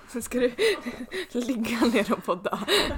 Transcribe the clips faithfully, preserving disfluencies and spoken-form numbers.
Så ska du ligga ner och podda.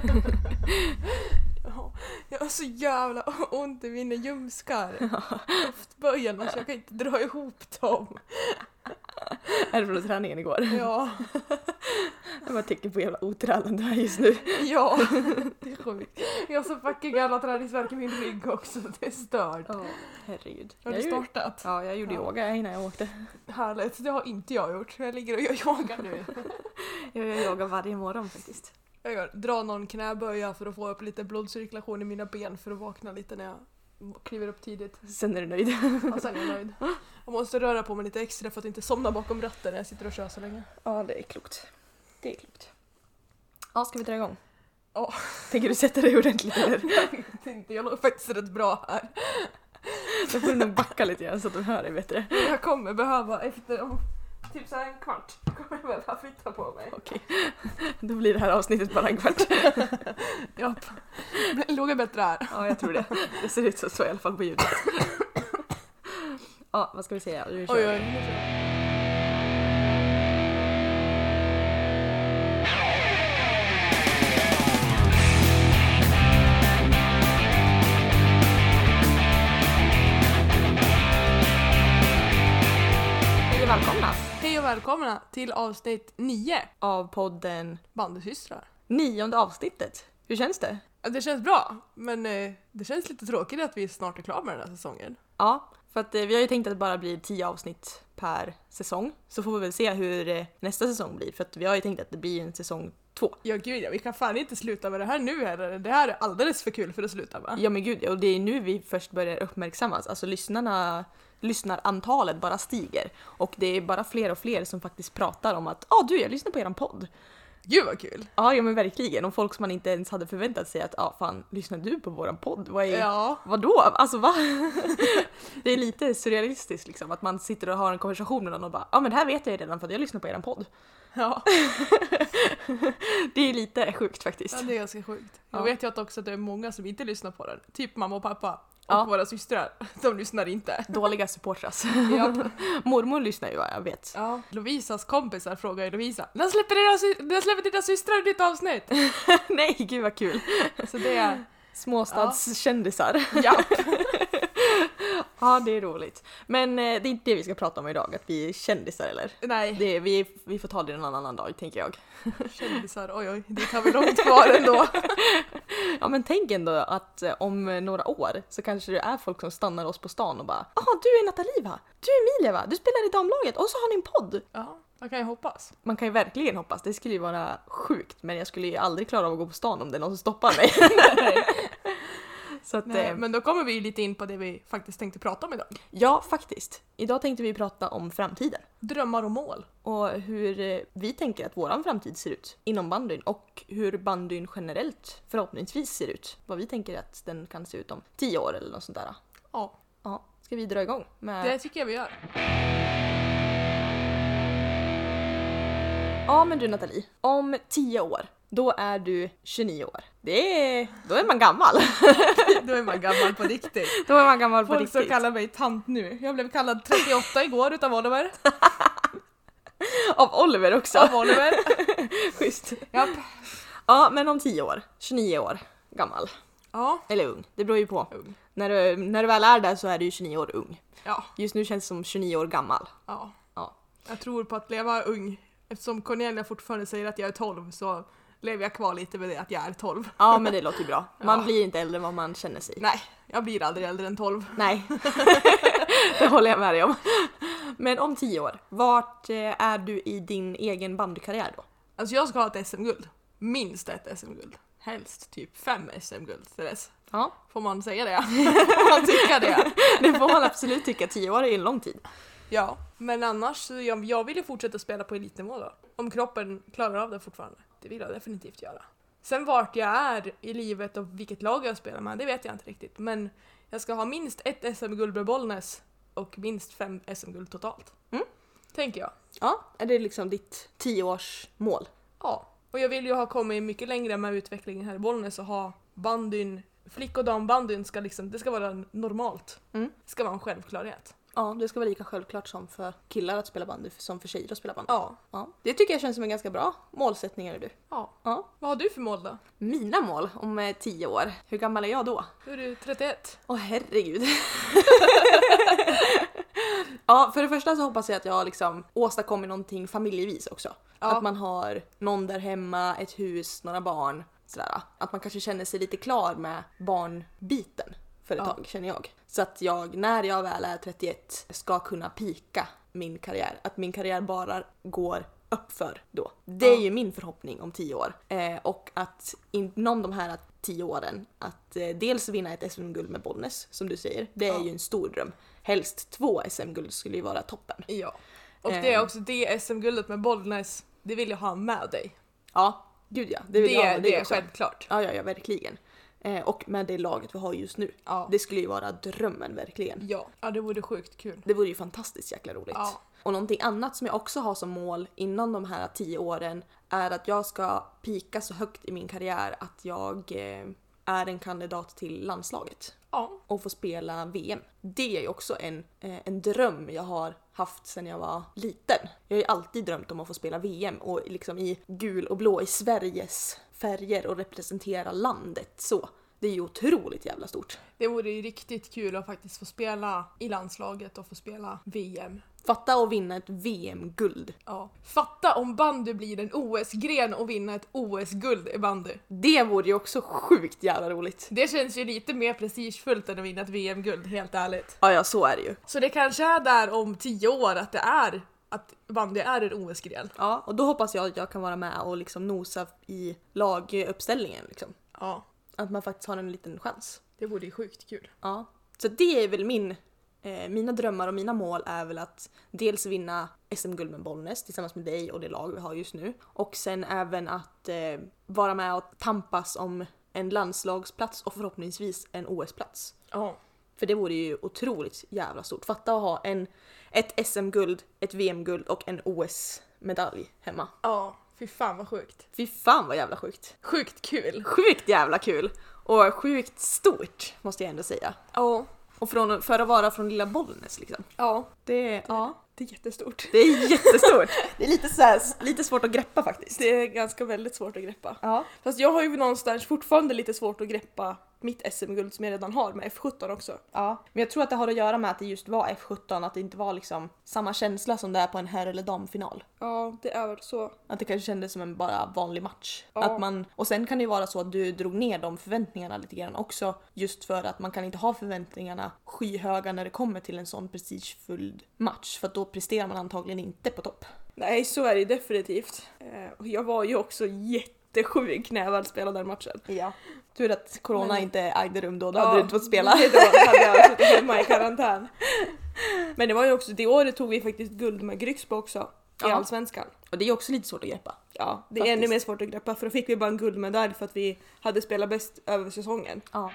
Ja, jag har så jävla ont i mina ljumskar. Höftböjarna så jag kan inte dra ihop dem. Är det från träningen igår? Ja. Jag bara tänker på jävla otränad du är just nu. Ja, det är sjukt. Jag har så fucking jävla träningsvärk i min rygg också. Det är stört. Ja, herregud. Har du Jag gjorde- startat? Ja, jag gjorde Ja. yoga innan jag åkte. Härligt, det har inte jag gjort. Jag ligger och gör yoga nu. Jag gör yoga varje morgon faktiskt. Jag gör, drar någon knäböja för att få upp lite blodcirkulation i mina ben för att vakna lite när jag kliver upp tidigt. Sen är du nöjd. Och sen är jag nöjd. Jag måste röra på mig lite extra för att inte somna bakom ratten när jag sitter och kör så länge. Ja, det är klokt. Det är klokt. Ja, ska vi dra igång? Ja. Tänker du sätta dig ordentligt eller? Jag tänkte, jag låg faktiskt rätt bra här. Då får du nog backa lite grann så att de hör dig bättre. Jag kommer behöva efter om typ så här en kvart kommer jag behöva flytta på mig. Okej. Då blir det här avsnittet bara en kvart. Ja, det låg bättre här. Ja, jag tror det. Det ser ut så, så i alla fall på ljudet. Ja, vad ska vi säga? Vi kör. Oj, oj, nu kör jag. Hej och välkomna Hej och välkomna till avsnitt nio av podden Bandysystrar. nionde avsnittet. Hur känns det? Ja, det känns bra, men eh, det känns lite tråkigt att vi snart är klara med den här säsongen. Ja, för att eh, vi har ju tänkt att det bara blir tio avsnitt per säsong. Så får vi väl se hur eh, nästa säsong blir. För att vi har ju tänkt att det blir en säsong två. Ja gud ja, vi kan fan inte sluta med det här nu heller. Det här är alldeles för kul för att sluta med. Ja men gud, och det är nu vi först börjar uppmärksammas. Alltså lyssnarna, lyssnarantalet bara stiger. Och det är bara fler och fler som faktiskt pratar om att ja ah, du, jag lyssnar på eran podd. Gud vad kul! Ja, ja men verkligen. Och folk som man inte ens hade förväntat sig att ja ah, fan, lyssnar du på våran podd? Vad är, Ja. Vadå? Alltså va? Det är lite surrealistiskt liksom, att man sitter och har en konversation med någon och bara ja ah, men det här vet jag ju redan för att jag lyssnar på eran podd. Ja. Det är lite sjukt faktiskt. Ja, det är ganska sjukt. Jag Ja. vet ju att också att det är många som inte lyssnar på den. Typ mamma och pappa. Och Ja. våra systrar. De lyssnar inte. Dåliga supportras. Ja. Mormor lyssnar ju, vad jag vet. Ja. Lovisas kompisar frågar ju Lovisa. När släpper dina, sy- när släpper dina systrar ett nytt avsnitt? Nej, gud vad kul. Så det är... Småstadskändisar. Ja. Ja, det är roligt. Men eh, det är inte det vi ska prata om idag, att vi är kändisar eller? Nej. Det är, vi, vi får ta det en annan dag, tänker jag. Kändisar, oj oj, det tar vi långt kvar ändå. Ja, men tänk ändå att eh, om några år så kanske det är folk som stannar oss på stan och bara ah, du är Nathalie va? Du är Emilia va? Du spelar i damlaget och så har ni en podd. Ja, jag kan ju hoppas. Man kan ju verkligen hoppas, det skulle ju vara sjukt, men jag skulle ju aldrig klara av att gå på stan om det är någon som stoppar mig. Så att, Nej, eh, men då kommer vi lite in på det vi faktiskt tänkte prata om idag. ja, faktiskt. Idag tänkte vi prata om framtiden. Drömmar och mål. Och hur eh, vi tänker att våran framtid ser ut inom bandyn. Och hur bandyn generellt förhoppningsvis ser ut. Vad vi tänker att den kan se ut om tio år eller något sånt där. Ja, Ja, ska vi dra igång med... det tycker jag vi gör. Ja, men du Nathalie. Om tio år, då är du tjugonio år. Det är... Då är man gammal. Då är man gammal på riktigt. Då är man gammal på Folk som riktigt. kallar mig tant nu. Jag blev kallad trettioåtta igår utav Oliver. Av Oliver också. Av Oliver. Schysst. Japp. Ja, men om tio år. tjugonio år gammal. Ja. Eller ung. Det beror ju på. Ung. När du, när du väl är där så är du tjugonio år ung. Ja. Just nu känns det som tjugonio år gammal. Ja. Ja. Jag tror på att leva ung. Eftersom Cornelia fortfarande säger att jag är tolv så lever jag kvar lite med det att jag är tolv. Ja, men det låter ju bra. Man Ja. blir inte äldre än vad man känner sig. Nej, jag blir aldrig äldre än tolv. Nej. Det håller jag med dig om. Men om tio år, vart eh, är du i din egen bandykarriär då? Alltså jag ska ha ett S M-guld. Minst ett S M-guld. Helst typ fem S M-guld till dess. Ja, Får man säga det? Får man tycka det? det får man absolut tycka. Tio år är en lång tid. Ja, men annars så jag, jag vill ju fortsätta spela på elitnivå då. Om kroppen klarar av det fortfarande. Det vill jag definitivt göra. Sen vart jag är i livet och vilket lag jag spelar med, det vet jag inte riktigt. Men jag ska ha minst ett S M-guld med Bollnäs och minst fem S M-guld totalt. Mm. Tänker jag. Ja, är det liksom ditt tioårsmål? Ja, och jag vill ju ha kommit mycket längre med utvecklingen här i Bollnäs och ha bandyn, flick- och dambandyn ska liksom, det ska vara normalt. Mm. Det ska vara en självklarhet. Ja, det ska vara lika självklart som för killar att spela bandy som för tjejer att spela bandy. Ja. Ja. Det tycker jag känns som en ganska bra målsättning, är du. Ja. Ja. Vad har du för mål då? Mina mål om eh, tio år. Hur gammal är jag då? Är du trettioett? Åh herregud. Ja, för det första så hoppas jag att jag liksom åstadkommer någonting familjevis också. Ja. Att man har någon där hemma, ett hus, några barn. Sådär. Att man kanske känner sig lite klar med barnbiten för ett Ja. tag, känner jag. Så att jag, när jag väl är trettioett, ska kunna pika min karriär. Att min karriär bara går uppför då. Det är Ja. ju min förhoppning om tio år. Eh, och att inom de här tio åren, att eh, dels vinna ett S M-guld med Bollnäs, som du säger. Det är Ja. ju en stor dröm. Helst två S M-guld skulle ju vara toppen. Ja. Och det är också det S M-guldet med Bollnäs, det vill jag ha med dig. Ja, gud ja. Det, vill jag ha det, med dig är också. självklart. Ja, ja, ja, verkligen. Eh, och med det laget vi har just nu. Ja. Det skulle ju vara drömmen, verkligen. Ja. Ja, det vore sjukt kul. Det vore ju fantastiskt jäkla roligt. Ja. Och någonting annat som jag också har som mål inom de här tio åren är att jag ska pika så högt i min karriär att jag eh, är en kandidat till landslaget Ja. och få spela V M. Det är ju också en, eh, en dröm jag har haft sedan jag var liten. Jag har ju alltid drömt om att få spela V M och liksom i gul och blå i Sveriges färger och representera landet så. Det är ju otroligt jävla stort. Det vore ju riktigt kul att faktiskt få spela i landslaget och få spela V M. Fatta att vinna ett V M-guld. Ja. Fatta om bandy blir en O S-gren och vinna ett O S-guld i bandy. Det vore ju också sjukt jävla roligt. Det känns ju lite mer prestigefullt än att vinna ett V M-guld, helt ärligt. Ja, ja, så är det ju. Så det kanske är där om tio år att det är att bandy är en O S-gren. Ja, och då hoppas jag att jag kan vara med och liksom nosa i laguppställningen liksom. Ja, Att man faktiskt har en liten chans. det vore ju sjukt kul. Ja, så det är väl min, eh, mina drömmar och mina mål är väl att dels vinna S M-guld med Bollnäs tillsammans med dig och det lag vi har just nu. Och sen även att eh, vara med och tampas om en landslagsplats och förhoppningsvis en O S-plats. Ja. För det vore ju otroligt jävla stort. Fatta att ha en, ett S M-guld, ett V M-guld och en O S-medalj hemma. Ja, fy fan vad sjukt. Fy fan vad jävla sjukt. Sjukt kul. Sjukt jävla kul. Och sjukt stort, måste jag ändå säga. Ja. Och från, för att vara från lilla Bollnäs liksom. Ja, Det, ja, det är jättestort. det är jättestort. Det är lite, så här, lite svårt att greppa faktiskt. Det är ganska väldigt svårt att greppa. Ja. Fast jag har ju någonstans fortfarande lite svårt att greppa mitt S M-guld som jag redan har med F sjutton också. Ja, men jag tror att det har att göra med att det just var F sjutton, att det inte var liksom samma känsla som det är på en herr- eller damfinal. Ja, det är väl så. Att det kanske kändes som en bara vanlig match. Ja. Att man, och sen kan det ju vara så att du drog ner de förväntningarna lite grann också. Just för att man kan inte ha förväntningarna skyhöga när det kommer till en sån prestigefull match. För att då presterar man antagligen inte på topp. Nej, så är det definitivt. Eh, och jag var ju också jättesjuk när jag väl spelade den matchen. Ja. Tur att corona Men- inte ägde rum då, då Ja, hade du inte fått spela. Då hade jag suttit hemma i karantän. Men det var ju också, det året tog vi faktiskt guld med Grycksbo också. I Ja. Allsvenskan. Och det är också lite svårt att greppa. Ja, det är Faktiskt. ännu mer svårt att greppa för då fick vi bara en guldmedalj för att vi hade spelat bäst över säsongen. Ja.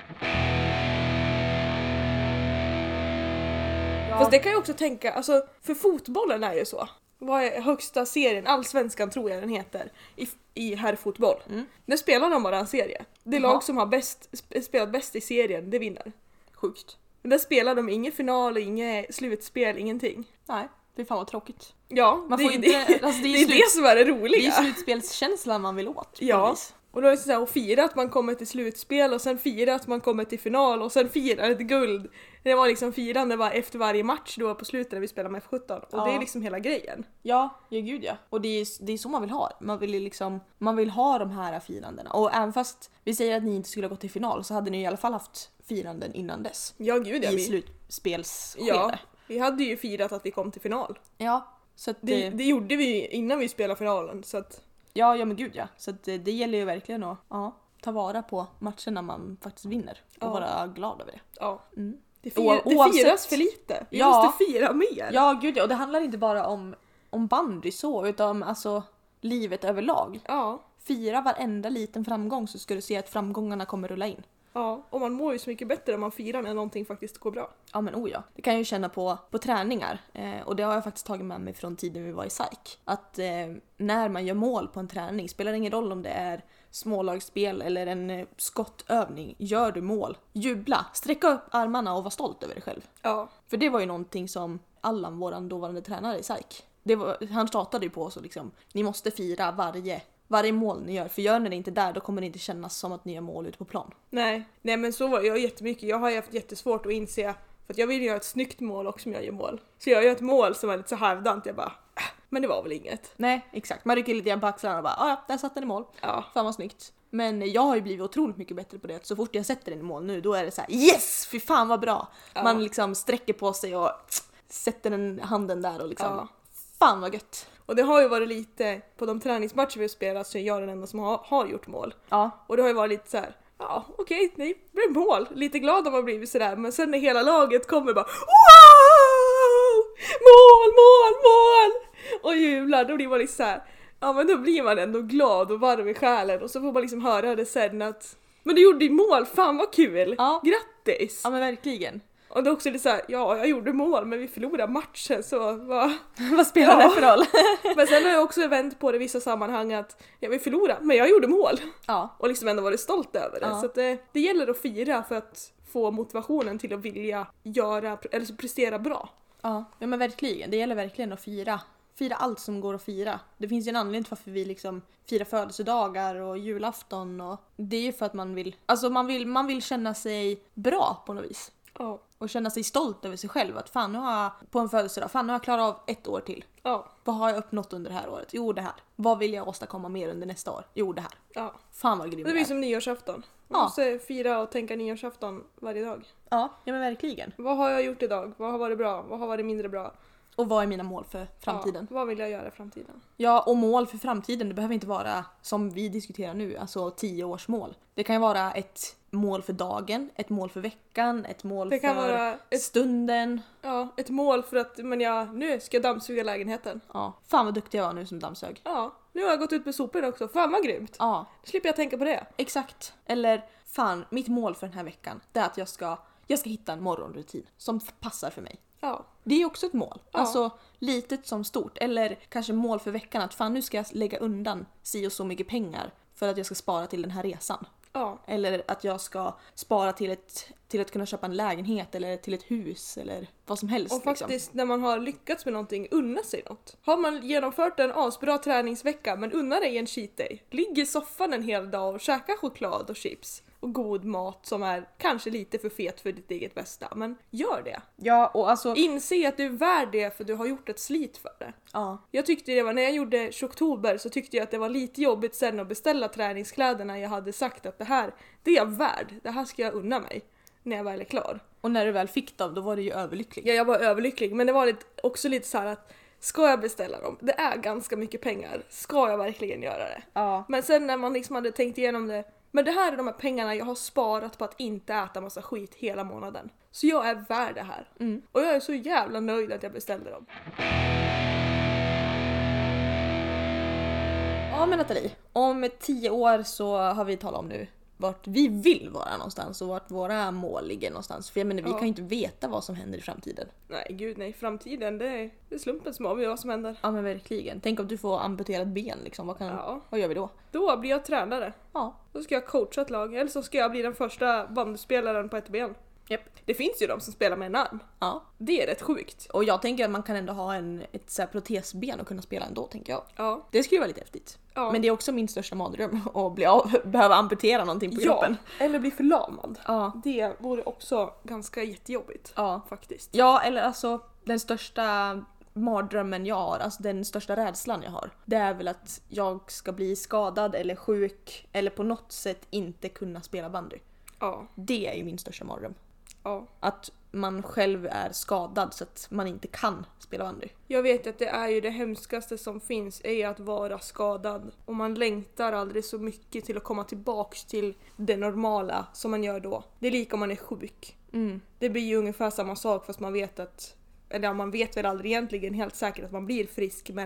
Fast det kan jag också tänka, alltså för fotbollen är ju så. Vad är högsta serien? Allsvenskan tror jag den heter. I, i herrfotboll. Mm. Där spelar de bara en serie. Det Jaha. lag som har bäst, sp- spelat bäst i serien, det vinner. Sjukt. Men där spelar de ingen final, inget slutspel, ingenting. Nej, det är fan vad tråkigt. Ja, Man det, får det, inte- det, alltså, det är det är slut- det som är det Det är roliga. ju slutspelskänslan man vill åt. på Ja. något vis. Och då är det så här, att fira att man kommer till slutspel och sen fira att man kommer till final och sen fira ett guld. Det var liksom firande var efter varje match då på slutet när vi spelade med F sjutton. Och Ja. det är liksom hela grejen. Ja, ja gud ja. Och det är, det är så man vill ha det. Man vill ju liksom, man vill ha de här firandena. Och även fast vi säger att ni inte skulle ha gått till final så hade ni i alla fall haft firanden innan dess. Ja, gud ja. I Vi, slutspelsskede. ja, Ja. vi hade ju firat att vi kom till final. ja. Så att Det, det, det gjorde vi innan vi spelade finalen. Så att, ja, ja men gud ja. Så att det, det gäller ju verkligen att ja, ta vara på matcherna man faktiskt vinner. Och Ja. vara glad över det. ja. Mm. Det, fir, O- det oavsett- firas för lite. Vi Ja. måste fira mer. Ja, gud ja. Och det handlar inte bara om, om bandy så, utan alltså livet överlag. Ja. Fira varenda liten framgång så ska du se att framgångarna kommer rulla in. Ja, och man mår ju så mycket bättre om man firar när någonting faktiskt går bra. Ja men oh ja. Det kan jag ju känna på, på träningar. Eh, och det har jag faktiskt tagit med mig från tiden vi var i psyk. Att eh, när man gör mål på en träning, spelar det ingen roll om det är smålagsspel eller en eh, skottövning. Gör du mål, jubla, sträcka upp armarna och var stolt över dig själv. Ja. För det var ju någonting som Allan, våran dåvarande tränare i psyk, det var, han startade ju på oss och liksom, ni måste fira varje Varje mål ni gör, för gör ni det inte där, då kommer det inte kännas som att ni gör mål ute på plan. Nej, nej men så var jag jättemycket. Jag har ju haft jättesvårt att inse, för att jag vill göra ett snyggt mål också som jag gör mål. Så jag gör ett mål som är lite så halvdant, jag bara, äh, men det var väl inget. Nej, exakt. Man rycker lite grann på axlarna och bara, ah, ja, där satt den i mål. Ja. Fan vad snyggt. Men jag har ju blivit otroligt mycket bättre på det. Så fort jag sätter den i mål nu, då är det så här: yes! Fy fan vad bra! Ja. Man liksom sträcker på sig och sätter den handen där och liksom, Ja. fan vad gött. Och det har ju varit lite, på de träningsmatcher vi har spelat så är jag den enda som har, har gjort mål. Ja. Och det har ju varit lite så här: ja okej, okay, nej, det blev mål. Lite glad om man blivit sådär, men sen när hela laget kommer bara wow! Mål, mål, mål! Och jublar, då blir man liksom såhär, ja men då blir man ändå glad och varm i själen. Och så får man liksom höra det sen att, men du gjorde ju mål, fan vad kul! Ja. Grattis! Ja men verkligen. Och det är också lite såhär, ja jag gjorde mål men vi förlorade matchen så vad... Vad spelar Ja. det för roll? Men sen har jag också vänt på det i vissa sammanhang att ja, vi förlorade, men jag gjorde mål. Ja. Och liksom ändå varit stolt över det. Ja. Så att det, det gäller att fira för att få motivationen till att vilja göra, eller så prestera bra. Ja, ja men verkligen. Det gäller verkligen att fira. Fira allt som går att fira. Det finns ju en anledning till varför vi liksom firar födelsedagar och julafton. Och det är ju för att man vill, alltså man vill, man vill känna sig bra på något vis. Ja. Och känna sig stolt över sig själv. Att fan nu har jag på en födelsedag, fan nu har jag klarat av ett år till. Ja. Vad har jag uppnått under det här året? Jo det här. Vad vill jag åstadkomma mer under nästa år? Jo det här. Ja. Fan vad grym Det jag blir är. som nyårsafton. Man Ja. måste fira och tänka nyårsafton varje dag. Ja, ja men verkligen. Vad har jag gjort idag? Vad har varit bra? Vad har varit mindre bra? Och vad är mina mål för framtiden? Ja, vad vill jag göra i framtiden? Ja, och mål för framtiden, det behöver inte vara som vi diskuterar nu, alltså tio års mål. Det kan ju vara ett mål för dagen, ett mål för veckan, ett mål Det kan för vara ett, stunden. ja, ett mål för att men jag, nu ska jag dammsuga lägenheten. Ja, fan vad duktig jag var nu som dammsög. Ja, nu har jag gått ut med soporna också. Fan vad grymt. Ja, Då slipper jag tänka på det. exakt. Eller fan, mitt mål för den här veckan, det är att jag ska, jag ska hitta en morgonrutin som passar för mig. Ja, Det är också ett mål. Ja. Alltså litet som stort. Eller kanske mål för veckan att fan nu ska jag lägga undan si och så mycket pengar för att jag ska spara till den här resan. ja. Eller att jag ska spara till, ett, till att kunna köpa en lägenhet eller till ett hus eller vad som helst. Och faktiskt när man har lyckats med någonting, unna sig något. Har man genomfört en asbra träningsvecka men unna dig en cheat day. Ligg i soffan en hel dag och käka choklad och chips. Och god mat som är kanske lite för fet för ditt eget bästa. Men gör det. Ja, och alltså... Inse att du är värd det för du har gjort ett slit för det. Ja. Jag tyckte det var, när jag gjorde oktober så tyckte jag att det var lite jobbigt sen att beställa träningskläderna. Jag hade sagt att det här, det är jag värd. Det här ska jag unna mig när jag väl är klar. Och när du väl fick dem, då var du ju överlycklig. Ja, jag var överlycklig, men det var lite, också lite så här att ska jag beställa dem? Det är ganska mycket pengar. Ska jag verkligen göra det? Ja. Men sen när man liksom hade tänkt igenom det, men det här är de här pengarna jag har sparat på att inte äta massa skit hela månaden. Så jag är värd det här. Mm. Och jag är så jävla nöjd att jag beställde dem. Ja men Nathalie, om tio år så har vi talat om nu vart vi vill vara någonstans och vart våra mål ligger någonstans. För jag menar, vi Ja. kan ju inte veta vad som händer i framtiden. Nej, gud nej. Framtiden, det är, det är slumpen som avgör vad som händer. Ja men verkligen. Tänk om du får amputerat ben liksom. Vad, kan, Ja. vad gör vi då? Då blir jag tränare. Ja. Då ska jag coacha ett lag. Eller så ska jag bli den första bandyspelaren på ett ben. Japp. Det finns ju de som spelar med en arm. Ja. Det är rätt sjukt. Och jag tänker att man kan ändå ha en, ett så här protesben och kunna spela ändå, tänker jag. Ja. Det skulle ju vara lite häftigt. Ja. Men det är också min största mardröm att bli av, behöva amputera någonting på Ja, kroppen. eller bli förlamad. Ja. Det vore också ganska jättejobbigt. Ja. Faktiskt. Ja, eller alltså den största mardrömmen jag har, alltså den största rädslan jag har, det är väl att jag ska bli skadad eller sjuk eller på något sätt inte kunna spela bandy. Ja. Det är ju min största mardröm. Ja. Att man själv är skadad så att man inte kan spela bandy. Jag vet att det är ju det hemskaste som finns är att vara skadad. Och man längtar aldrig så mycket till att komma tillbaks till det normala som man gör då. Det är lika om man är sjuk. Mm. Det blir ju ungefär samma sak fast man vet att, eller ja, man vet väl aldrig egentligen helt säkert att man blir frisk, men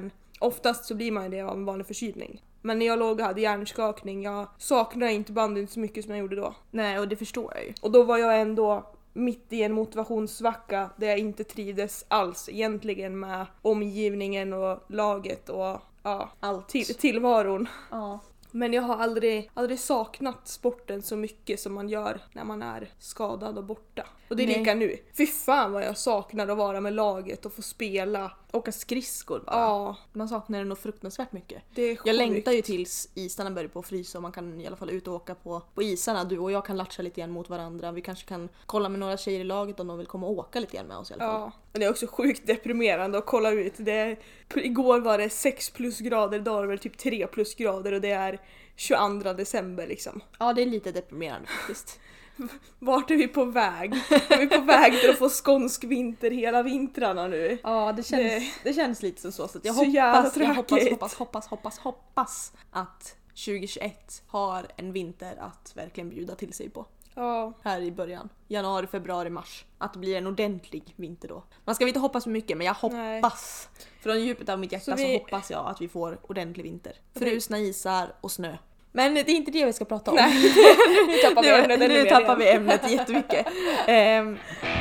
oftast så blir man ju det av en vanlig förkylning. Men när jag låg och hade hjärnskakning, jag saknade inte bandyn så mycket som jag gjorde då. Nej, och det förstår jag ju. Och då var jag ändå mitt i en motivationssvacka där jag inte trivdes alls egentligen med omgivningen och laget och ja, Allt. till, tillvaron. Ja. Men jag har aldrig, aldrig saknat sporten så mycket som man gör när man är skadad och borta. Och det är Nej. lika nu. Fy fan vad jag saknar att vara med laget och få spela. Åka skridskor bara. Ja, Man saknar det nog fruktansvärt mycket. det är sjukt. Jag längtar ju tills isarna börjar på att frysa och man kan i alla fall ut och åka på, på isarna. Du och jag kan latcha lite grann mot varandra. Vi kanske kan kolla med några tjejer i laget om de vill komma och åka lite grann med oss i alla fall. Ja, men det är också sjukt deprimerande att kolla ut. Det är, igår var det sex plus grader, idag är det väl typ tre plus grader och det är tjugoandra december liksom. Ja, det är lite deprimerande faktiskt. Vart är vi på väg? Är vi på väg till att få skånsk vinter hela vintrarna nu? Ja, det känns, Det- det känns lite som så. så att jag Så jävla hoppas, jag hoppas, tråkigt. hoppas, hoppas, hoppas, hoppas att tjugohundratjugoett har en vinter att verkligen bjuda till sig på. Ja, Här i början. Januari, februari, mars. Att det blir en ordentlig vinter då. Man ska inte hoppas för mycket, men jag Nej. hoppas. Från djupet av mitt hjärta så, Så vi- hoppas jag att vi får ordentlig vinter. vi- Frusna isar och snö. Men det är inte det vi ska prata om. nej. Nu tappar vi nu ämnet ännu nu mer tappar vi igen. ämnet jättemycket. Ehm.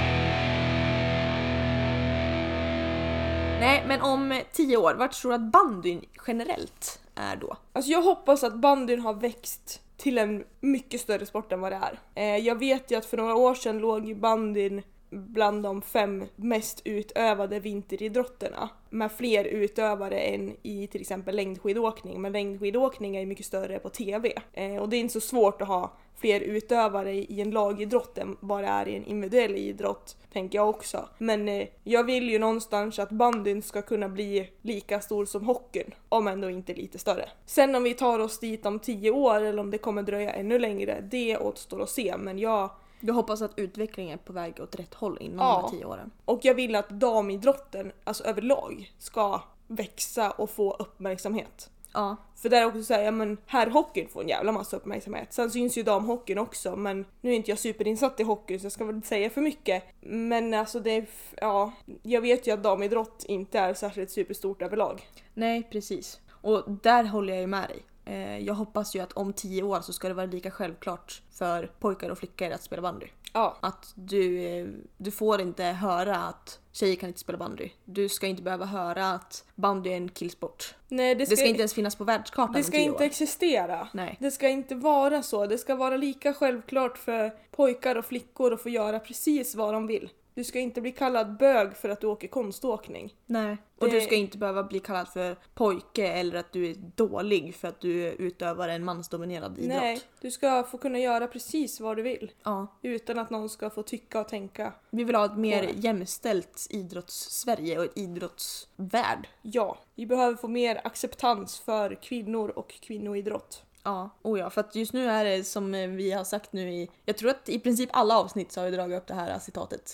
Nej, men om tio år, vart tror du att bandyn generellt är då? Alltså jag hoppas att bandyn har växt till en mycket större sport än vad det är. Eh, jag vet ju att för några år sedan låg ju bandyn bland de fem mest utövade vinteridrotterna. Med fler utövare än i till exempel längdskidåkning. Men längdskidåkning är ju mycket större på tv. Eh, och det är inte så svårt att ha fler utövare i en lagidrott än vad det är i en individuell idrott, tänker jag också. Men eh, jag vill ju någonstans att bandyn ska kunna bli lika stor som hockeyn, om ändå inte lite större. Sen om vi tar oss dit om tio år eller om det kommer dröja ännu längre, det återstår att se. Men jag, Jag hoppas att utvecklingen är på väg åt rätt håll inom Ja. de här tio åren. och jag vill att damidrotten, alltså överlag, ska växa och få uppmärksamhet. Ja. För där är också så här, ja men herrhockeyn får en jävla massa uppmärksamhet. Sen syns ju damhockeyn också, men nu är inte jag superinsatt i hockey så jag ska väl inte säga för mycket. Men alltså det är, ja, jag vet ju att damidrott inte är särskilt superstort överlag. Nej, precis. Och där håller jag ju med dig. Eh, Jag hoppas ju att om tio år så ska det vara lika självklart för pojkar och flickor att spela bandy. Ja, Att du, eh, du får inte höra att tjejer kan inte spela bandy. Du ska inte behöva höra att bandy är en killsport. nej det ska, Det ska inte ens finnas på världskartan det om ska tio inte år. existera. Nej. Det ska inte vara så. Det ska vara lika självklart för pojkar och flickor att få göra precis vad de vill. Du ska inte bli kallad bög för att du åker konståkning. Nej. Och Det- du ska inte behöva bli kallad för pojke eller att du är dålig för att du utövar en mansdominerad idrott. Nej, du ska få kunna göra precis vad du vill. Ja. Utan att någon ska få tycka och tänka. Vi vill ha ett mer Ja. jämställt idrotts-Sverige och ett idrottsvärld. Ja, vi behöver få mer acceptans för kvinnor och kvinnoidrott. Ja, oh ja, för att just nu är det som vi har sagt nu i, jag tror att i princip alla avsnitt så har vi dragit upp det här citatet.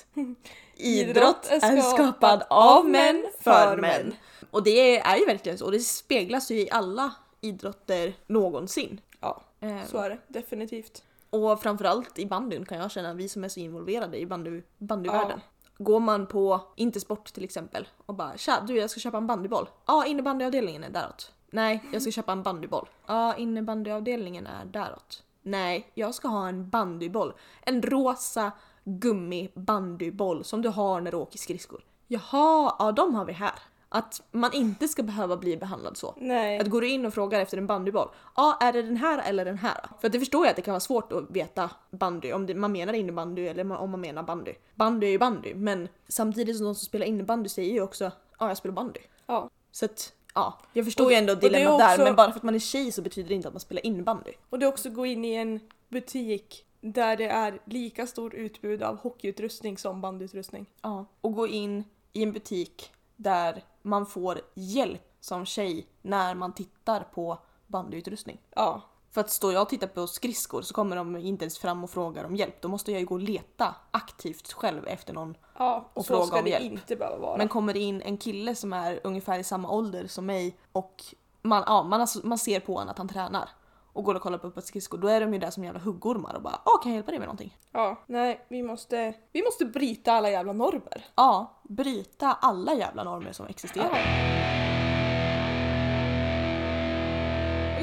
Idrott är skapad av män för män. Och det är ju verkligen så, och det speglas ju i alla idrotter någonsin. Ja, Eh, så är det definitivt. Och framförallt i bandyn kan jag känna, vi som är så involverade i bandy, bandyvärlden. Går man på Intersport till exempel och bara tja, du jag ska köpa en bandyboll. Ja, innebandyavdelningen är däråt. Nej, jag ska köpa en bandyboll. Ja, innebandyavdelningen är däråt. Nej, jag ska ha en bandyboll. En rosa gummi bandyboll som du har när du åker skridskor. Jaha, ja de har vi här. Att man inte ska behöva bli behandlad så. Nej, Att går du in och frågar efter en bandyboll. Ja, är det den här eller den här? För att det förstår jag att det kan vara svårt att veta bandy. Om det, man menar innebandy eller om man menar bandy. Bandy är ju bandy. Men samtidigt som de som spelar innebandy säger ju också ja, jag spelar bandy. ja. Så att, ja. Jag förstår Och- ju ändå och det är dilemmat också- där. Men bara för att man är tjej så betyder det inte att man spelar innebandy. Och det är också gå in i en butik där det är lika stor utbud av hockeyutrustning som bandyutrustning. Ja. Och gå in i en butik där man får hjälp som tjej när man tittar på bandyutrustning. Ja, För att står jag och tittar på skridskor så kommer de inte ens fram och frågar om hjälp. Då måste jag ju gå och leta aktivt själv efter någon. ja. Och så fråga ska om det hjälp. inte behöva vara. Men kommer det in en kille som är ungefär i samma ålder som mig och man, ja, man, alltså, man ser på honom att han tränar och går och kollar på ett skridskor, då är de ju där som jävla huggormar och bara åh, kan jag hjälpa dig med någonting? Ja, nej, vi måste, vi måste bryta alla jävla normer. Ja, bryta alla jävla normer som existerar. Ja.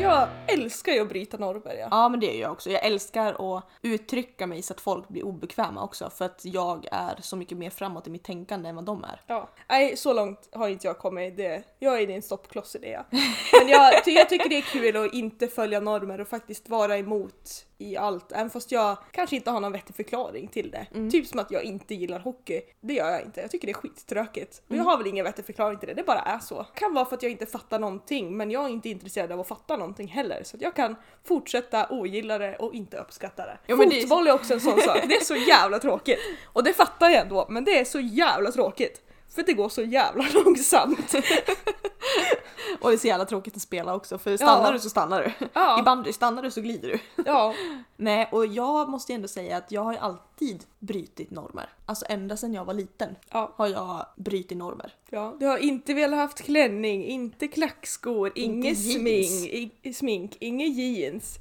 jag älskar ju att bryta normer. Ja. Ja, men det är jag också. Jag älskar att uttrycka mig så att folk blir obekväma också. För att jag är så mycket mer framåt i mitt tänkande än vad de är. Ja. Nej, så långt har inte jag kommit. Det, jag är din stoppkloss i det. Ja. Men jag, ty- jag tycker det är kul att inte följa normer och faktiskt vara emot i allt. Även fast jag kanske inte har någon vettig förklaring till det. Mm. Typ som att jag inte gillar hockey. Det gör jag inte. Jag tycker det är skittråkigt. Och jag har väl ingen vettig förklaring till det. Det bara är så. Kan vara för att jag inte fattar någonting. Men jag är inte intresserad av att fatta någonting heller. Så att jag kan fortsätta ogilla det och inte uppskatta det. Jo, men det är... Fotboll är också en sån sak. Det är så jävla tråkigt. Och det fattar jag ändå. Men det är så jävla tråkigt. För det går så jävla långsamt. Och det är så jävla tråkigt att spela också. För stannar Ja. du så stannar du. Ja. I bandy stannar du så glider du. Ja. Nej, och jag måste ändå säga att jag har ju alltid brytit normer. Alltså ända sedan jag var liten Ja. har jag brytit normer. Ja, du har inte velat haft klänning, inte klackskor, inget jeans. smink, i, smink, inget jeans.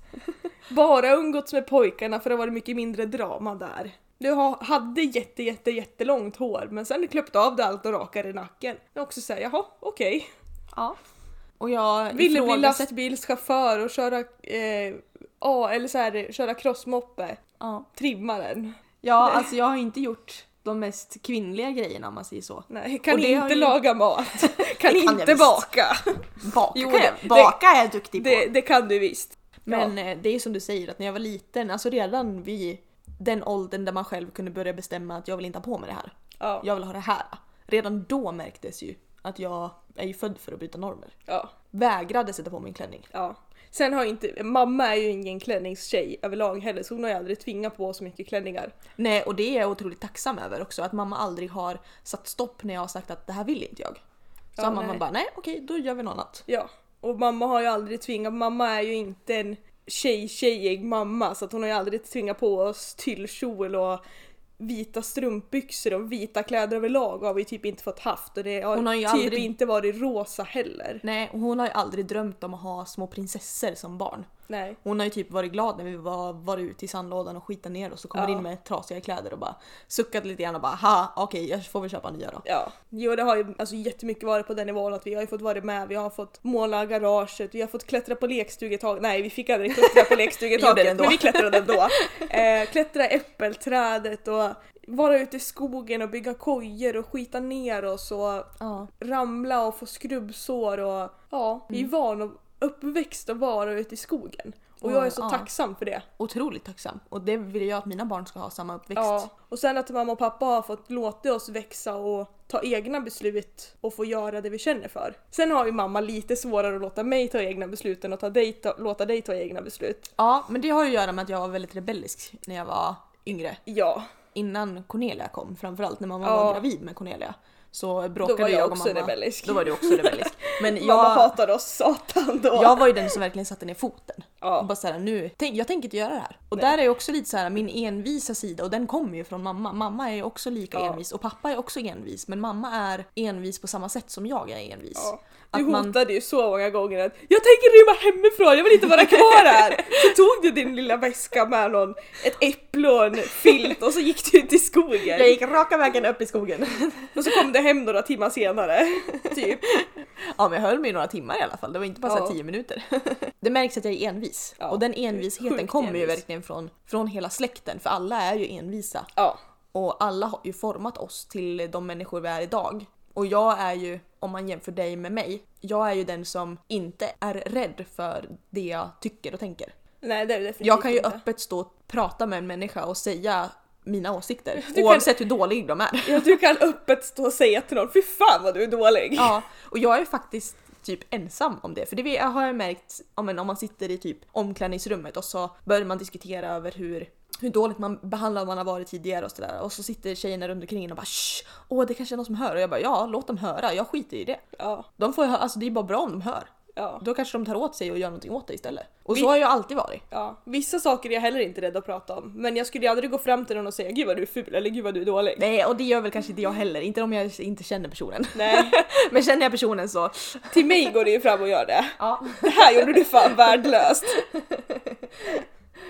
Bara umgåtts med pojkarna för det var mycket mindre drama där. Du har, hade jätte, jätte, jättelångt hår men sen klöpte av det allt och rakade i nacken. Jag också säger, jaha, okej. Okay. Ja. Och jag Ville bli ifrågasätter- lastbilschaufför och köra, eh, ja, eller så här, köra crossmoppe. Ja. Trimma den. Ja, alltså jag har inte gjort de mest kvinnliga grejerna om man säger så. Nej, kan Och det har inte ju- laga mat. Kan kan jag inte visst. baka. Baka, Jo, kan det- jag, baka är jag duktig på. Det, det kan du visst. Men eh, det är som du säger att när jag var liten, alltså redan vid den åldern där man själv kunde börja bestämma att jag vill inte ha på mig det här. Ja. Jag vill ha det här. Redan då märktes ju att jag är ju född för att bryta normer. Ja. Vägrade sätta på min klänning. Ja. Sen har inte, mamma är ju ingen klänningstjej överlag heller så hon har ju aldrig tvingat på så mycket klänningar. Nej, och det är jag otroligt tacksam över också. Att mamma aldrig har satt stopp när jag har sagt att det här vill inte jag. Så Ja, har mamma nej. bara, nej okej, då gör vi något annat. Ja. Och mamma har ju aldrig tvingat, mamma är ju inte en tjej-tjejig mamma så att hon har ju aldrig tvingat på oss tyllkjol och vita strumpbyxor och vita kläder överlag har vi typ inte fått haft och det har, Hon har ju typ aldrig- inte varit rosa heller. Nej, och hon har ju aldrig drömt om att ha små prinsessor som barn. Nej. Hon har ju typ varit glad när vi var, var ute i sandlådan och skitat ner oss och kommer Ja. in med trasiga kläder och bara suckat lite grann och bara ha okej, jag får väl köpa nya då. Ja, jo det har ju alltså jättemycket varit på den nivån att vi har ju fått vara med, vi har fått måla garaget, vi har fått klättra på lekstugetaket, nej vi fick aldrig klättra på Vi gjorde det lekstugetaket ändå. men vi klättrade ändå. Eh, klättra äppelträdet och vara ute i skogen och bygga kojor och skita ner oss och Ja. ramla och få skrubbsår och ja, vi är van och uppväxt att vara ute i skogen. Och jag är så Ja. tacksam för det. Otroligt tacksam. Och det vill jag att mina barn ska ha samma uppväxt. Ja, och sen att mamma och pappa har fått låta oss växa och ta egna beslut och få göra det vi känner för. Sen har ju mamma lite svårare att låta mig ta egna beslut än att ta dig ta, låta dig ta egna beslut. Ja, men det har ju att göra med att jag var väldigt rebellisk när jag var yngre. Ja, Innan Cornelia kom, framförallt när mamma Ja. var gravid med Cornelia. Så bråkade då var jag, jag och också mamma. rebellisk. Då var du också rebellisk. Men Mamma jag, hatade oss satan då. jag var ju den som verkligen satte ner foten. Ja. Och bara såhär, nu, tänk, jag tänker inte göra det här. Och Nej. där är ju också lite så här min envisa sida och den kommer ju från mamma. Mamma är ju också lika Ja. envis och pappa är också envis. Men mamma är envis på samma sätt som jag är envis. Ja. Du Att man- hotade ju så många gånger att jag tänker rymma hemifrån, jag vill inte vara kvar här. Så tog du din lilla väska med någon, ett äpple och en filt och så gick du ut i skogen. Jag gick raka vägen upp i skogen. Och så kom du hem några timmar senare. Typ. Ja, men jag höll mig i några timmar i alla fall. Det var inte bara så här Ja. tio minuter. Det märks att jag är envis. Ja, och den du är envisheten sjukt kommer ju envis. verkligen från, från hela släkten. För alla är ju envisa. Ja. Och alla har ju format oss till de människor vi är idag. Och jag är ju, om man jämför dig med mig, jag är ju den som inte är rädd för det jag tycker och tänker. Nej, det är det definitivt Jag kan ju inte. öppet stå och prata med en människa och säga mina åsikter. Du kan- Oavsett hur dålig de är. Ja, du kan öppet stå och säga till någon, fy fan vad du är dålig. Ja, och jag är faktiskt typ ensam om det. För det har jag märkt ja, men om man sitter i typ omklädningsrummet och så börjar man diskutera över hur, hur dåligt man behandlar man har varit tidigare och sådär. Och så sitter tjejerna runt omkring och bara shh, åh det kanske är någon som hör. Och jag bara ja, låt dem höra, jag skiter i det. Ja, De får ju hö- alltså det är bara bra om de hör. ja, Då kanske de tar åt sig och gör någonting åt det istället. Och Vi- så har jag alltid varit. ja. Vissa saker är jag heller inte rädd att prata om. Men jag skulle ju aldrig gå fram till någon och säga gud vad du är ful eller gud vad du är dålig. Nej, och det gör väl kanske inte jag heller. Inte om jag inte känner personen. Nej, Men känner jag personen så... till mig går det ju fram och gör det. Ja. Det här gjorde du fan värdelöst.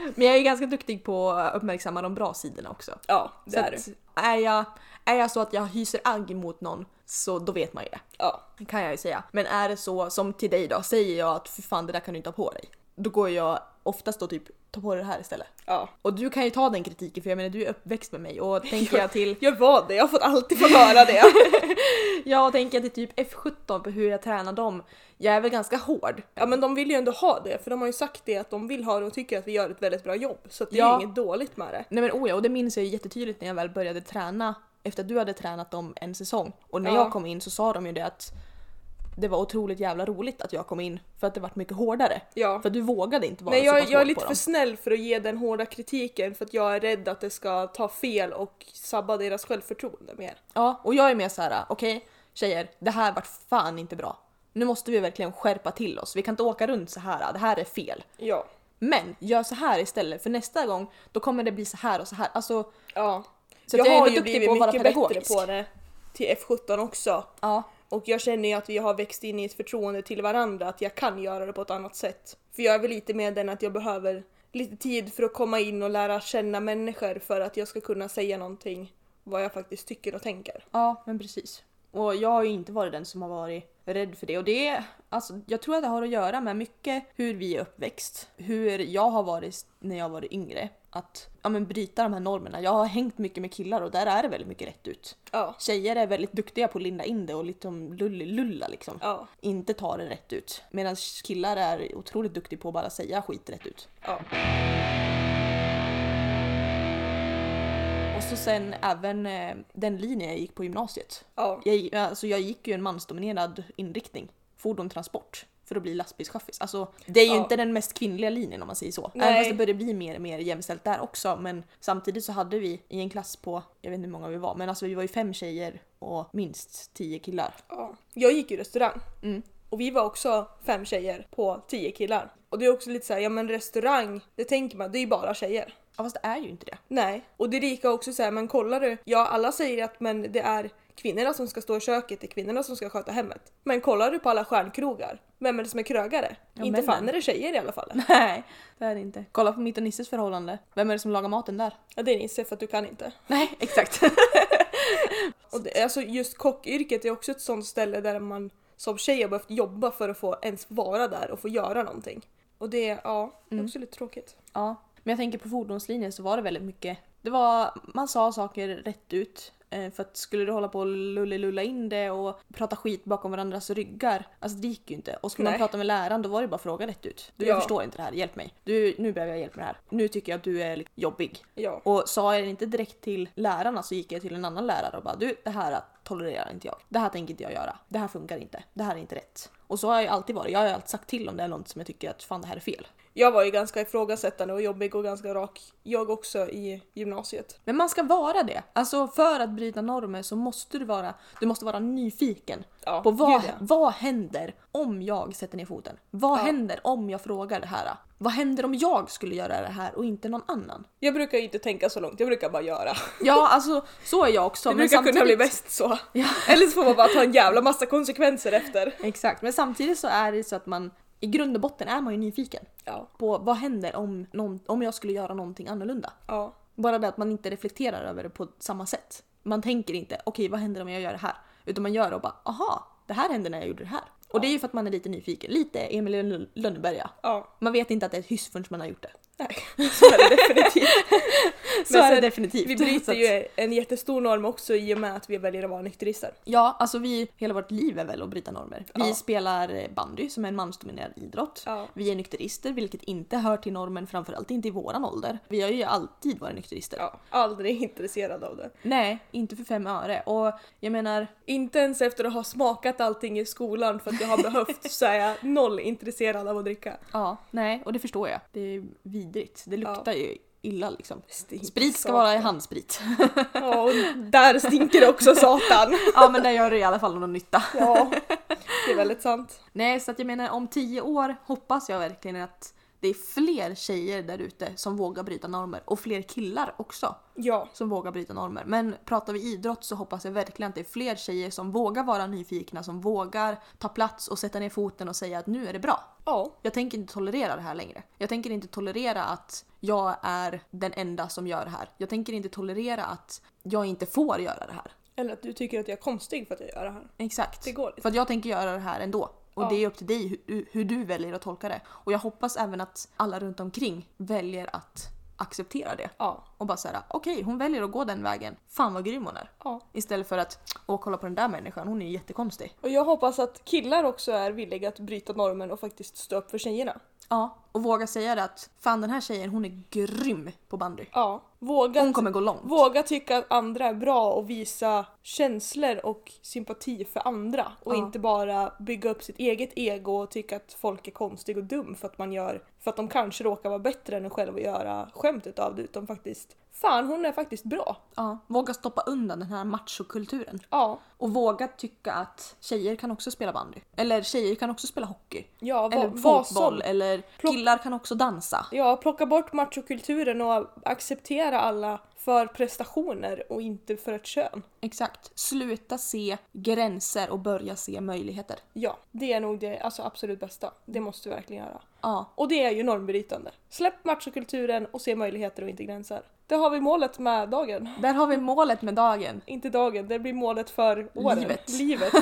Men jag är ganska duktig på att uppmärksamma de bra sidorna också. Ja, det Så är du. att är jag, är jag så att jag hyser agg mot någon, så då vet man ju det. Ja. Det kan jag ju säga. Men är det så, som till dig då, säger jag att för fan det där kan du inte ha på dig. Då går jag oftast då typ, ta på dig det här istället. Ja. Och du kan ju ta den kritiken, för jag menar du är uppväxt med mig. Och tänker jag till... Jag var det, jag har fått alltid fått höra det. Ja, och tänker jag till typ F sjutton på hur jag tränar dem. Jag är väl ganska hård. Ja, men de vill ju ändå ha det, för de har ju sagt det att de vill ha det och tycker att vi gör ett väldigt bra jobb. Så att det Ja. är inget dåligt med det. Nej men oh ja, och det minns jag ju jättetydligt när jag väl började träna. Efter att du hade tränat dem en säsong. Och när Ja. jag kom in så sa de ju det att det var otroligt jävla roligt att jag kom in. För att det var mycket hårdare. Ja. För du vågade inte vara Nej, så jag, pass jag är hård lite på för dem. snäll för att ge den hårda kritiken, för att jag är rädd att det ska ta fel och sabba deras självförtroende mer. Ja, och jag är mer så här: okej okay, tjejer, det här vart fan inte bra. Nu måste vi verkligen skärpa till oss. Vi kan inte åka runt så här. Det här är fel. Ja. Men gör så här istället, för nästa gång då kommer det bli så här och så här. Alltså, Ja. så jag att jag har är ju duktig blivit på att vara mycket pedagogisk. bättre på det till F sjutton också. Ja. Och jag känner ju att vi har växt in i ett förtroende till varandra, att jag kan göra det på ett annat sätt. För jag är väl lite med den att jag behöver lite tid för att komma in och lära känna människor för att jag ska kunna säga någonting vad jag faktiskt tycker och tänker. Ja, men precis. Och jag har ju inte varit den som har varit rädd för det. Och det är, alltså, jag tror att det har att göra med mycket hur vi är uppväxt. Hur jag har varit när jag var yngre. Att ja, men bryta de här normerna. Jag har hängt mycket med killar och där är det väldigt mycket rätt ut. Ja. Tjejer är väldigt duktiga på att linda in det och lite om lullulla liksom. Ja. Inte ta det rätt ut. Medan killar är otroligt duktiga på att bara säga skit rätt ut. Ja. Och så sen även eh, den linjen jag gick på gymnasiet. Ja. Jag, alltså jag gick ju en mansdominerad inriktning. Fordon transport. För att bli lastbilschaffis. Alltså, det är ju Ja. inte den mest kvinnliga linjen om man säger så. Nej. Även fast det började bli mer och mer jämställt där också. Men samtidigt så hade vi i en klass på, jag vet inte hur många vi var, men alltså vi var ju fem tjejer och minst tio killar. Ja. Jag gick ju restaurang. Mm. Och vi var också fem tjejer på tio killar. Och det är också lite så här, ja men restaurang, det tänker man, det är ju bara tjejer. Ja, fast det är ju inte det. Nej, och det är lika också så här, men kollar du, ja alla säger att men det är kvinnorna som ska stå i köket, det är kvinnorna som ska sköta hemmet. Men kollar du på alla stjärnkrogar, vem är det som är krögare? Ja, inte männen. fan är det tjejer i alla fall. Nej, det är det inte. Kolla på mitt och Nisses förhållande. Vem är det som lagar maten där? Ja, det är Nisse för att du kan inte. Nej, exakt. Och det, alltså just kockyrket är också ett sånt ställe där man som tjej har behövt jobba för att få ens vara där och få göra någonting. Och det är, ja, det är Mm. också lite tråkigt. Ja, men jag tänker på fordonslinjen så var det väldigt mycket. Det var, man sa saker rätt ut. eh, För att skulle du hålla på och lulla in det och prata skit bakom varandras ryggar, alltså det gick ju inte. Och skulle Nej. man prata med läraren då var det bara fråga rätt ut. Du, Ja. jag förstår inte det här, hjälp mig. Du, nu behöver jag hjälp med det här. Nu tycker jag att du är lite jobbig. Ja. Och sa jag det inte direkt till lärarna så gick jag till en annan lärare och bara, du, det här tolererar inte jag. Det här tänker inte jag göra. Det här funkar inte. Det här är inte rätt. Och så har jag ju alltid varit. Jag har ju alltid sagt till om det är något som jag tycker att fan det här är fel. Jag var ju ganska ifrågasättande och jobbig och ganska rak. Jag också i gymnasiet. Men man ska vara det. Alltså för att bryta normer så måste du vara, du måste vara nyfiken Ja, på vad, gud, ja. vad händer om jag sätter ner foten? Vad Ja. händer om jag frågar det här? Vad händer om jag skulle göra det här och inte någon annan? Jag brukar ju inte tänka så långt, jag brukar bara göra. Ja, alltså så är jag också. Det men brukar kunna samtidigt- bli bäst så. Ja. Eller så får man bara ta en jävla massa konsekvenser efter. Exakt, men samtidigt så är det så att man i grund och botten är man ju nyfiken Ja. på vad händer om, någon, om jag skulle göra någonting annorlunda. Ja. Bara det att man inte reflekterar över det på samma sätt. Man tänker inte, okej vad händer om jag gör det här? Utan man gör det och bara, aha, det här hände när jag gjorde det här. Och det är ju för att man är lite nyfiken. Lite Emil i Lönneberga. Ja. Man vet inte att det är ett hyss förrän man har gjort det. Nej, så är det definitivt. Så Men är det sen, definitivt. Vi Så bryter att- ju en jättestor norm också i och med att vi väljer att vara nykterister. Ja, alltså vi, hela vårt liv är väl att bryta normer. Vi Ja. spelar bandy som är en mansdominerad idrott. Ja. Vi är nykterister, vilket inte hör till normen, framförallt inte i våran ålder. Vi har ju alltid varit nykterister. Ja. Aldrig intresserad av det. Nej, inte för fem öre. Och jag menar, Inte ens efter att ha smakat allting i skolan för att jag har behövt så är jag noll intresserad av att dricka. ja, nej, och det förstår jag. Det är vidrigt. Det luktar ju illa liksom. Stinker Sprit ska satan. vara i handsprit. Ja, och där stinker det också satan. Ja, men det gör det i alla fall någon nytta. Ja, det är väldigt sant. Nej, så att jag menar om tio år hoppas jag verkligen att det är fler tjejer där ute som vågar bryta normer. Och fler killar också Ja. som vågar bryta normer. Men pratar vi idrott så hoppas jag verkligen att det är fler tjejer som vågar vara nyfikna, som vågar ta plats och sätta ner foten och säga att nu är det bra. Ja. Jag tänker inte tolerera det här längre. Jag tänker inte tolerera att jag är den enda som gör det här. Jag tänker inte tolerera att jag inte får göra det här. Eller att du tycker att jag är konstig för att jag gör det här. Exakt. Det går inte. För att jag tänker göra det här ändå. Och Ja. det är upp till dig hur, du- hur du väljer att tolka det. Och jag hoppas även att alla runt omkring väljer att acceptera det. Ja. Och bara säga, okej, hon väljer att gå den vägen. Fan vad grym hon är. Ja. Istället för att, åh kolla på den där människan, hon är ju jättekonstig. Och jag hoppas att killar också är villiga att bryta normen och faktiskt stå upp för tjejerna. Ja, och våga säga det att, fan den här tjejen, hon är grym på bandy. Ja. Våga, Hon kommer gå långt. våga tycka att andra är bra och visa känslor och sympati för andra. Och Ja. inte bara bygga upp sitt eget ego och tycka att folk är konstig och dum för att man gör, för att de kanske råkar vara bättre än en själv och göra skämt utav det. Utan faktiskt, fan hon är faktiskt bra. Ja, våga stoppa undan den här machokulturen. Ja. Och våga tycka att tjejer kan också spela bandy. Eller tjejer kan också spela hockey. Ja, Eller vad, vad som. fotboll. Eller Plock- killar kan också dansa. Ja, plocka bort machokulturen och acceptera alla för prestationer och inte för ett kön. Exakt. Sluta se gränser och börja se möjligheter. Ja, det är nog det alltså absolut bästa. Det måste vi verkligen göra. Ja, Och det är ju normbrytande. Släpp machokulturen och se möjligheter och inte gränser. Det har vi målet med dagen. där har vi målet med dagen. Inte dagen, det blir målet för åren. Livet. Livet.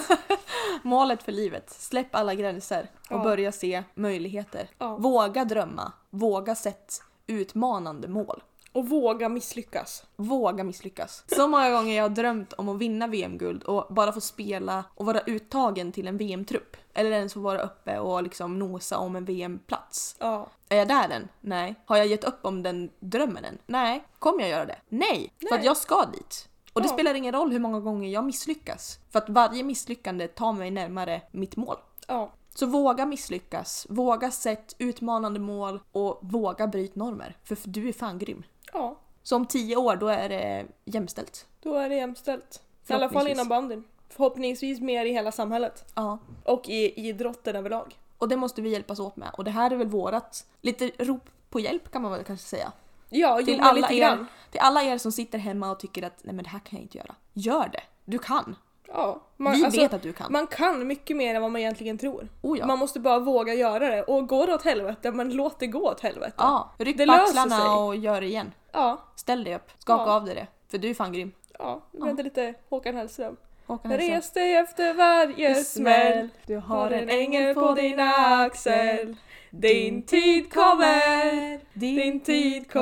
Målet för livet. Släpp alla gränser och Ja. börja se möjligheter. Ja. Våga drömma. Våga sätta utmanande mål. Och våga misslyckas. Våga misslyckas. Så många gånger jag har drömt om att vinna V M-guld och bara få spela och vara uttagen till en V M-trupp. Eller ens få vara uppe och liksom nosa om en V M-plats. Ja. Är jag där än? Nej. Har jag gett upp om den drömmen än? Nej. Kommer jag göra det? Nej. För Nej. att jag ska dit. Och det Ja. spelar ingen roll hur många gånger jag misslyckas. För att varje misslyckande tar mig närmare mitt mål. Ja. Så våga misslyckas. Våga sätt utmanande mål och våga bryta normer. För du är fan grym. Ja. Så om tio år då är det jämställt. Då är det jämställt. I alla fall Förhoppningsvis. inom bandyn. Förhoppningsvis mer i hela samhället. Ja. Och i idrotten överlag. Och det måste vi hjälpas åt med. Och det här är väl vårat lite rop på hjälp kan man väl kanske säga. Ja, jo, Till men alla, lite er, grann. till alla er som sitter hemma och tycker att nej men det här kan jag inte göra. Gör det. Du kan. Ja. Man, Vi alltså, vet att du kan. man kan mycket mer än vad man egentligen tror. Oh ja. Man måste bara våga göra det. Och går det åt helvete, men låt det gå åt helvete. Ja, ryck Det på löser axlarna sig. och gör det igen. Ja. Ställ dig upp. Skaka Ja. av dig det. För du är fan grym. Ja, vi väntar lite Håkan Hellström. Håkan Hellström. Res dig efter varje smäll. Du Har en ängel på din axel. Din tid kommer. Din tid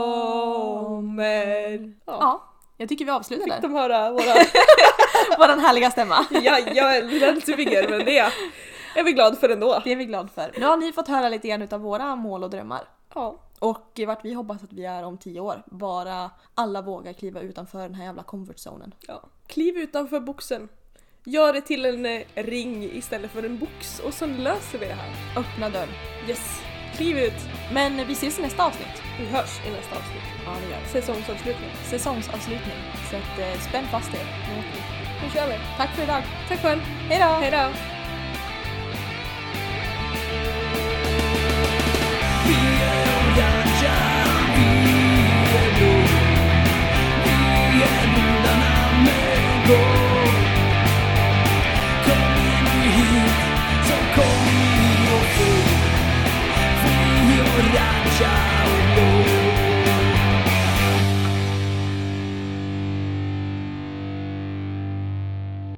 kommer. Ja. Ja, jag tycker vi avslutar Fick där. de höra våra Våran härliga stämma. ja, jag är räntefinger, men det är vi glad för ändå. Det är vi glad för. Nu har ni fått höra lite grann utav våra mål och drömmar. Ja. Och vart vi hoppas att vi är om tio år. Bara alla vågar kliva utanför den här jävla comfort zonen. Ja. Kliv utanför boxen. Gör det till en eh, ring istället för en box och så löser vi det här. Öppna dörren. Yes. Kliv ut. Men vi ses i nästa avsnitt. Vi hörs i nästa avsnitt. Ja, det gör vi. Säsongsavslutning. Säsongsavslutning. Så att, eh, spänn fast er. Nu åker vi. Nu kör vi. Tack för idag. Tack själv. Hej då! Hej då. Vi är orangea, vi är blå. Vi är brudarna med blå. Kom in hit, så kom vi och få. Vi orangea.